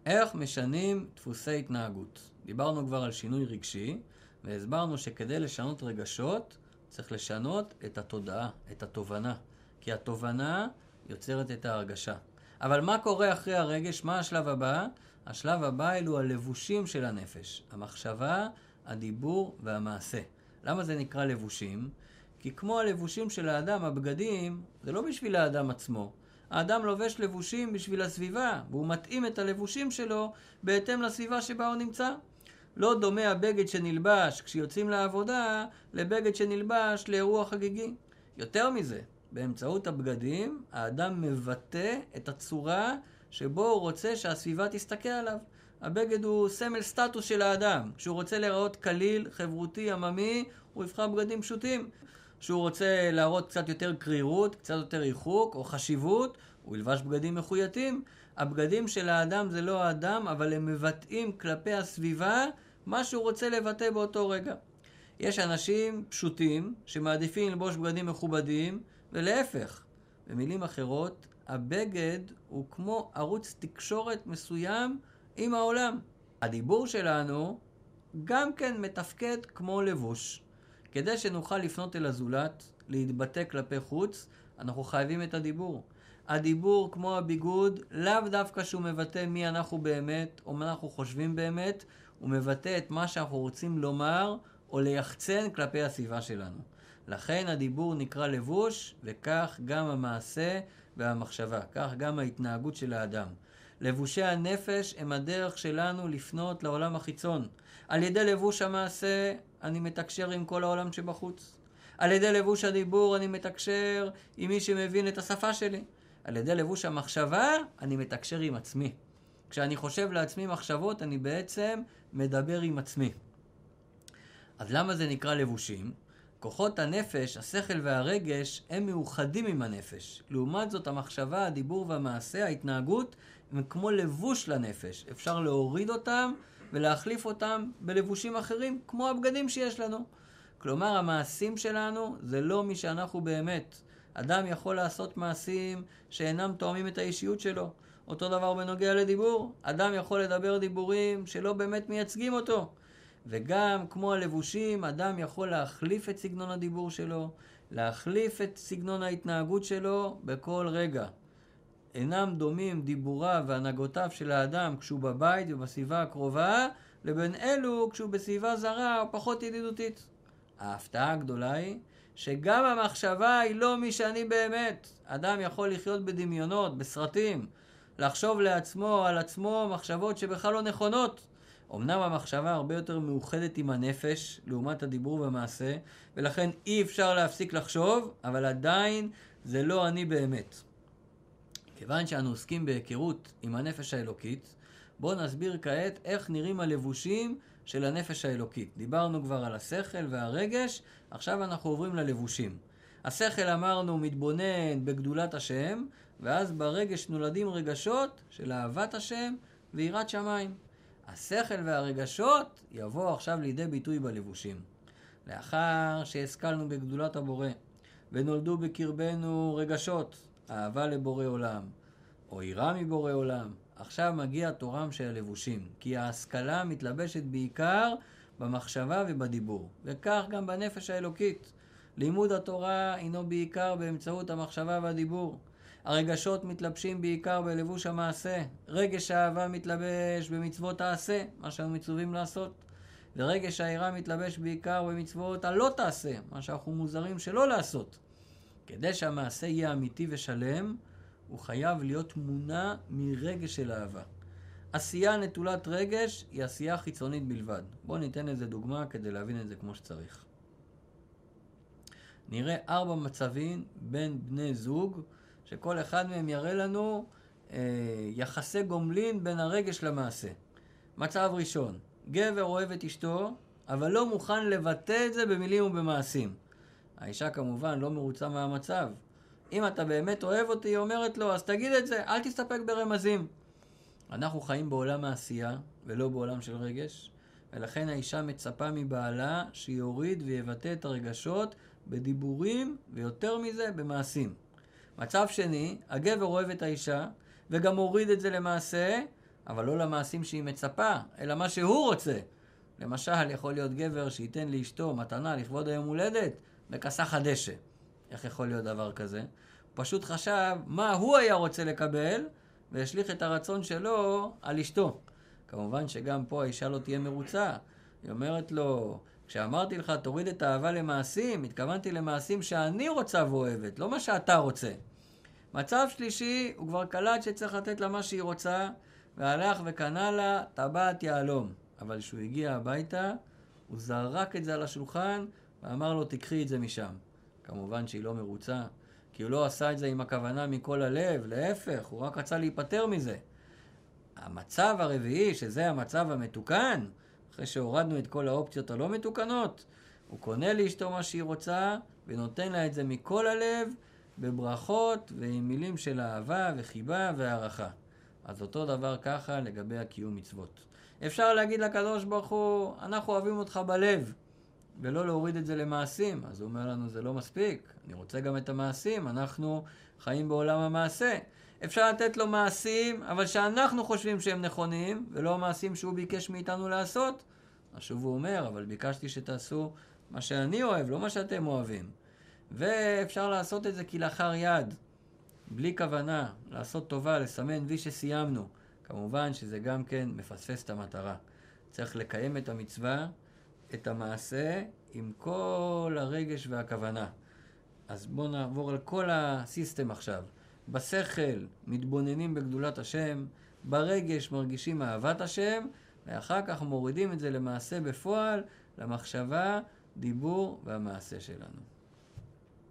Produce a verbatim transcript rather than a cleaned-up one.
איך משנים דפוסי התנהגות? דיברנו כבר על שינוי רגשי, והסברנו שכדי לשנות רגשות, צריך לשנות את התודעה, את התובנה. כי התובנה יוצרת את ההרגשה. אבל מה קורה אחרי הרגש? מה השלב הבא? השלב הבא אלו הלבושים של הנפש. המחשבה, הדיבור והמעשה. למה זה נקרא לבושים? כי כמו הלבושים של האדם, הבגדים, זה לא בשביל האדם עצמו. האדם לובש לבושים בשביל הסביבה, והוא מתאים את הלבושים שלו בהתאם לסביבה שבה הוא נמצא. לא דומה הבגד שנלבש כשיוצאים לעבודה לבגד שנלבש לאירוע חגיגי. יותר מזה, באמצעות הבגדים, האדם מבטא את הצורה שבו הוא רוצה שהסביבה תסתכל עליו. הבגד הוא סמל סטטוס של האדם. כשהוא רוצה להיראות קליל, חברותי, עממי, הוא יבחר בגדים פשוטים. כשהוא רוצה להראות קצת יותר קרירות, קצת יותר ריחוק או חשיבות, הוא ילבש בגדים מחויטים. הבגדים של האדם זה לא האדם, אבל הם מבטאים כלפי הסביבה מה שהוא רוצה לבטא באותו רגע. יש אנשים פשוטים שמעדיפים ללבוש בגדים מכובדים, ולהפך. במילים אחרות, הבגד הוא כמו ערוץ תקשורת מסוים עם העולם. הדיבור שלנו גם כן מתפקד כמו לבוש. כדי שנוכל לפנות אל הזולת, להתבטא כלפי חוץ, אנחנו חייבים את הדיבור. הדיבור כמו הביגוד, לאו דווקא שהוא מבטא מי אנחנו באמת, או מה אנחנו חושבים באמת, הוא מבטא את מה שאנחנו רוצים לומר, או ליחצן כלפי הסביבה שלנו. לכן הדיבור נקרא לבוש, וכך גם המעשה והמחשבה, כך גם ההתנהגות של האדם. לבושי הנפש הם הדרך שלנו לפנות לעולם החיצון. על ידי לבוש המעשה אני מתקשר עם כל העולם שבחוץ. על ידי לבוש הדיבור אני מתקשר עם מי שמבין את השפה שלי. על ידי לבוש המחשבה אני מתקשר עם עצמי. כשאני חושב לעצמי מחשבות אני בעצם מדבר עם עצמי. אז למה זה נקרא לבושים? כוחות הנפש, השכל והרגש הם מאוחדים עם הנפש. לעומת זאת המחשבה, הדיבור והמעשה, ההתנהגות הם כמו לבוש לנפש. אפשר להוריד אותם ולהחליף אותם בלבושים אחרים כמו הבגדים שיש לנו. כלומר המעשים שלנו זה לא מי שאנחנו באמת. אדם יכול לעשות מעשים שאינם תואמים את האישיות שלו. אותו דבר בנוגע לדיבור. אדם יכול לדבר דיבורים שלא באמת מייצגים אותו. וגם כמו הלבושים, אדם יכול להחליף את סגנון הדיבור שלו, להחליף את סגנון ההתנהגות שלו בכל רגע. אינם דומים דיבוריו והנהגותיו של האדם כשהוא בבית ובסביבה הקרובה, לבין אלו כשהוא בסביבה זרה או פחות ידידותית. ההפתעה הגדולה היא שגם המחשבה היא לא מי שאני באמת. אדם יכול לחיות בדמיונות, בסרטים, לחשוב לעצמו על עצמו מחשבות שבכלל לא נכונות. אמנם המחשבה הרבה יותר מאוחדת עם הנפש לעומת הדיבור והמעשה, ולכן אי אפשר להפסיק לחשוב, אבל עדיין זה לא אני באמת. כיוון שאנו עוסקים בהיכרות עם הנפש האלוקית, בואו נסביר כעת איך נראים הלבושים של הנפש האלוקית. דיברנו כבר על השכל והרגש, עכשיו אנחנו עוברים ללבושים. השכל אמרנו מתבונן בגדולת השם, ואז ברגש נולדים רגשות של אהבת השם ויראת שמיים. השכל והרגשות יבואו עכשיו לידי ביטוי בלבושים. לאחר שהשכלנו בגדולת הבורא, ונולדו בקרבנו רגשות, אהבה לבורא עולם, או יראה מבורא עולם, עכשיו מגיע תורם של הלבושים, כי ההשכלה מתלבשת בעיקר במחשבה ובדיבור, וכך גם בנפש האלוקית. לימוד התורה הינו בעיקר באמצעות המחשבה והדיבור. הרגשות מתלבשים בעיקר בלבוש המעשה. רגש האהבה מתלבש במצוות העשה, מה שאנו מצווים לעשות. ורגש היראה מתלבש בעיקר במצוות הלא תעשה, מה שאנחנו מוזרים שלא לעשות. כדי שהמעשה יהיה אמיתי ושלם, הוא חייב להיות מונע מרגש של אהבה. עשייה נטולת רגש היא עשייה חיצונית בלבד. בואו ניתן איזה דוגמה כדי להבין את זה כמו שצריך. נראה ארבע מצבים בין בני זוג, שכל אחד מהם יראה לנו אה, יחסי גומלין בין הרגש למעשה. מצב ראשון, גבר אוהב את אשתו, אבל לא מוכן לבטא את זה במילים ובמעשים. האישה כמובן לא מרוצה מהמצב. אם אתה באמת אוהב אותי, היא אומרת לו, אז תגיד את זה, אל תסתפק ברמזים. אנחנו חיים בעולם העשייה ולא בעולם של רגש, ולכן האישה מצפה מבעלה שיוריד ויבטא את הרגשות בדיבורים ויותר מזה במעשים. מצב שני, הגבר אוהב את האישה וגם הוריד את זה למעשה, אבל לא למעשים שהיא מצפה, אלא מה שהוא רוצה. למשל, יכול להיות גבר שייתן לאשתו מתנה לכבוד היום הולדת בכסח הדשא. איך יכול להיות דבר כזה? הוא פשוט חשב מה הוא היה רוצה לקבל, והשליך את הרצון שלו על אשתו. כמובן שגם פה האישה לא תהיה מרוצה. היא אומרת לו, כשאמרתי לך תוריד את האהבה למעשים, התכוונתי למעשים שאני רוצה ואוהבת, לא מה שאתה רוצה. מצב שלישי, הוא כבר קלט שצריך לתת לה מה שהיא רוצה, והלך וקנה לה טבעת יהלום. אבל כשהוא הגיע הביתה, הוא זרק את זה על השולחן, ואמר לו תקחי את זה משם. כמובן שהיא לא מרוצה, כי הוא לא עשה את זה עם הכוונה מכל הלב, להפך, הוא רק רצה להיפטר מזה. המצב הרביעי, שזה המצב המתוקן, אחרי שהורדנו את כל האופציות הלא מתוקנות, הוא קונה לאשתו מה שהיא רוצה, ונותן לה את זה מכל הלב, בברכות ועם מילים של אהבה וחיבה והערכה. אז אותו דבר ככה לגבי הקיום מצוות. אפשר להגיד לקדוש ברוך הוא, אנחנו אוהבים אותך בלב, ולא להוריד את זה למעשים. אז הוא אומר לנו, זה לא מספיק, אני רוצה גם את המעשים, אנחנו חיים בעולם המעשה. אפשר לתת לו מעשים, אבל שאנחנו חושבים שהם נכונים, ולא המעשים שהוא ביקש מאיתנו לעשות. אז שוב הוא אומר, אבל ביקשתי שתעשו מה שאני אוהב, לא מה שאתם אוהבים. ואפשר לעשות את זה כלאחר יד, בלי כוונה, לעשות טובה, לסמן וי שסיימנו. כמובן שזה גם כן מפספס את המטרה. צריך לקיים את המצווה, את המעשה, עם כל הרגש והכוונה. אז בואו נעבור על כל הסיסטם עכשיו. בשכל מתבוננים בגדולת השם, ברגש מרגישים אהבת השם, ואחר כך מורידים את זה למעשה בפועל, למחשבה, דיבור והמעשה שלנו.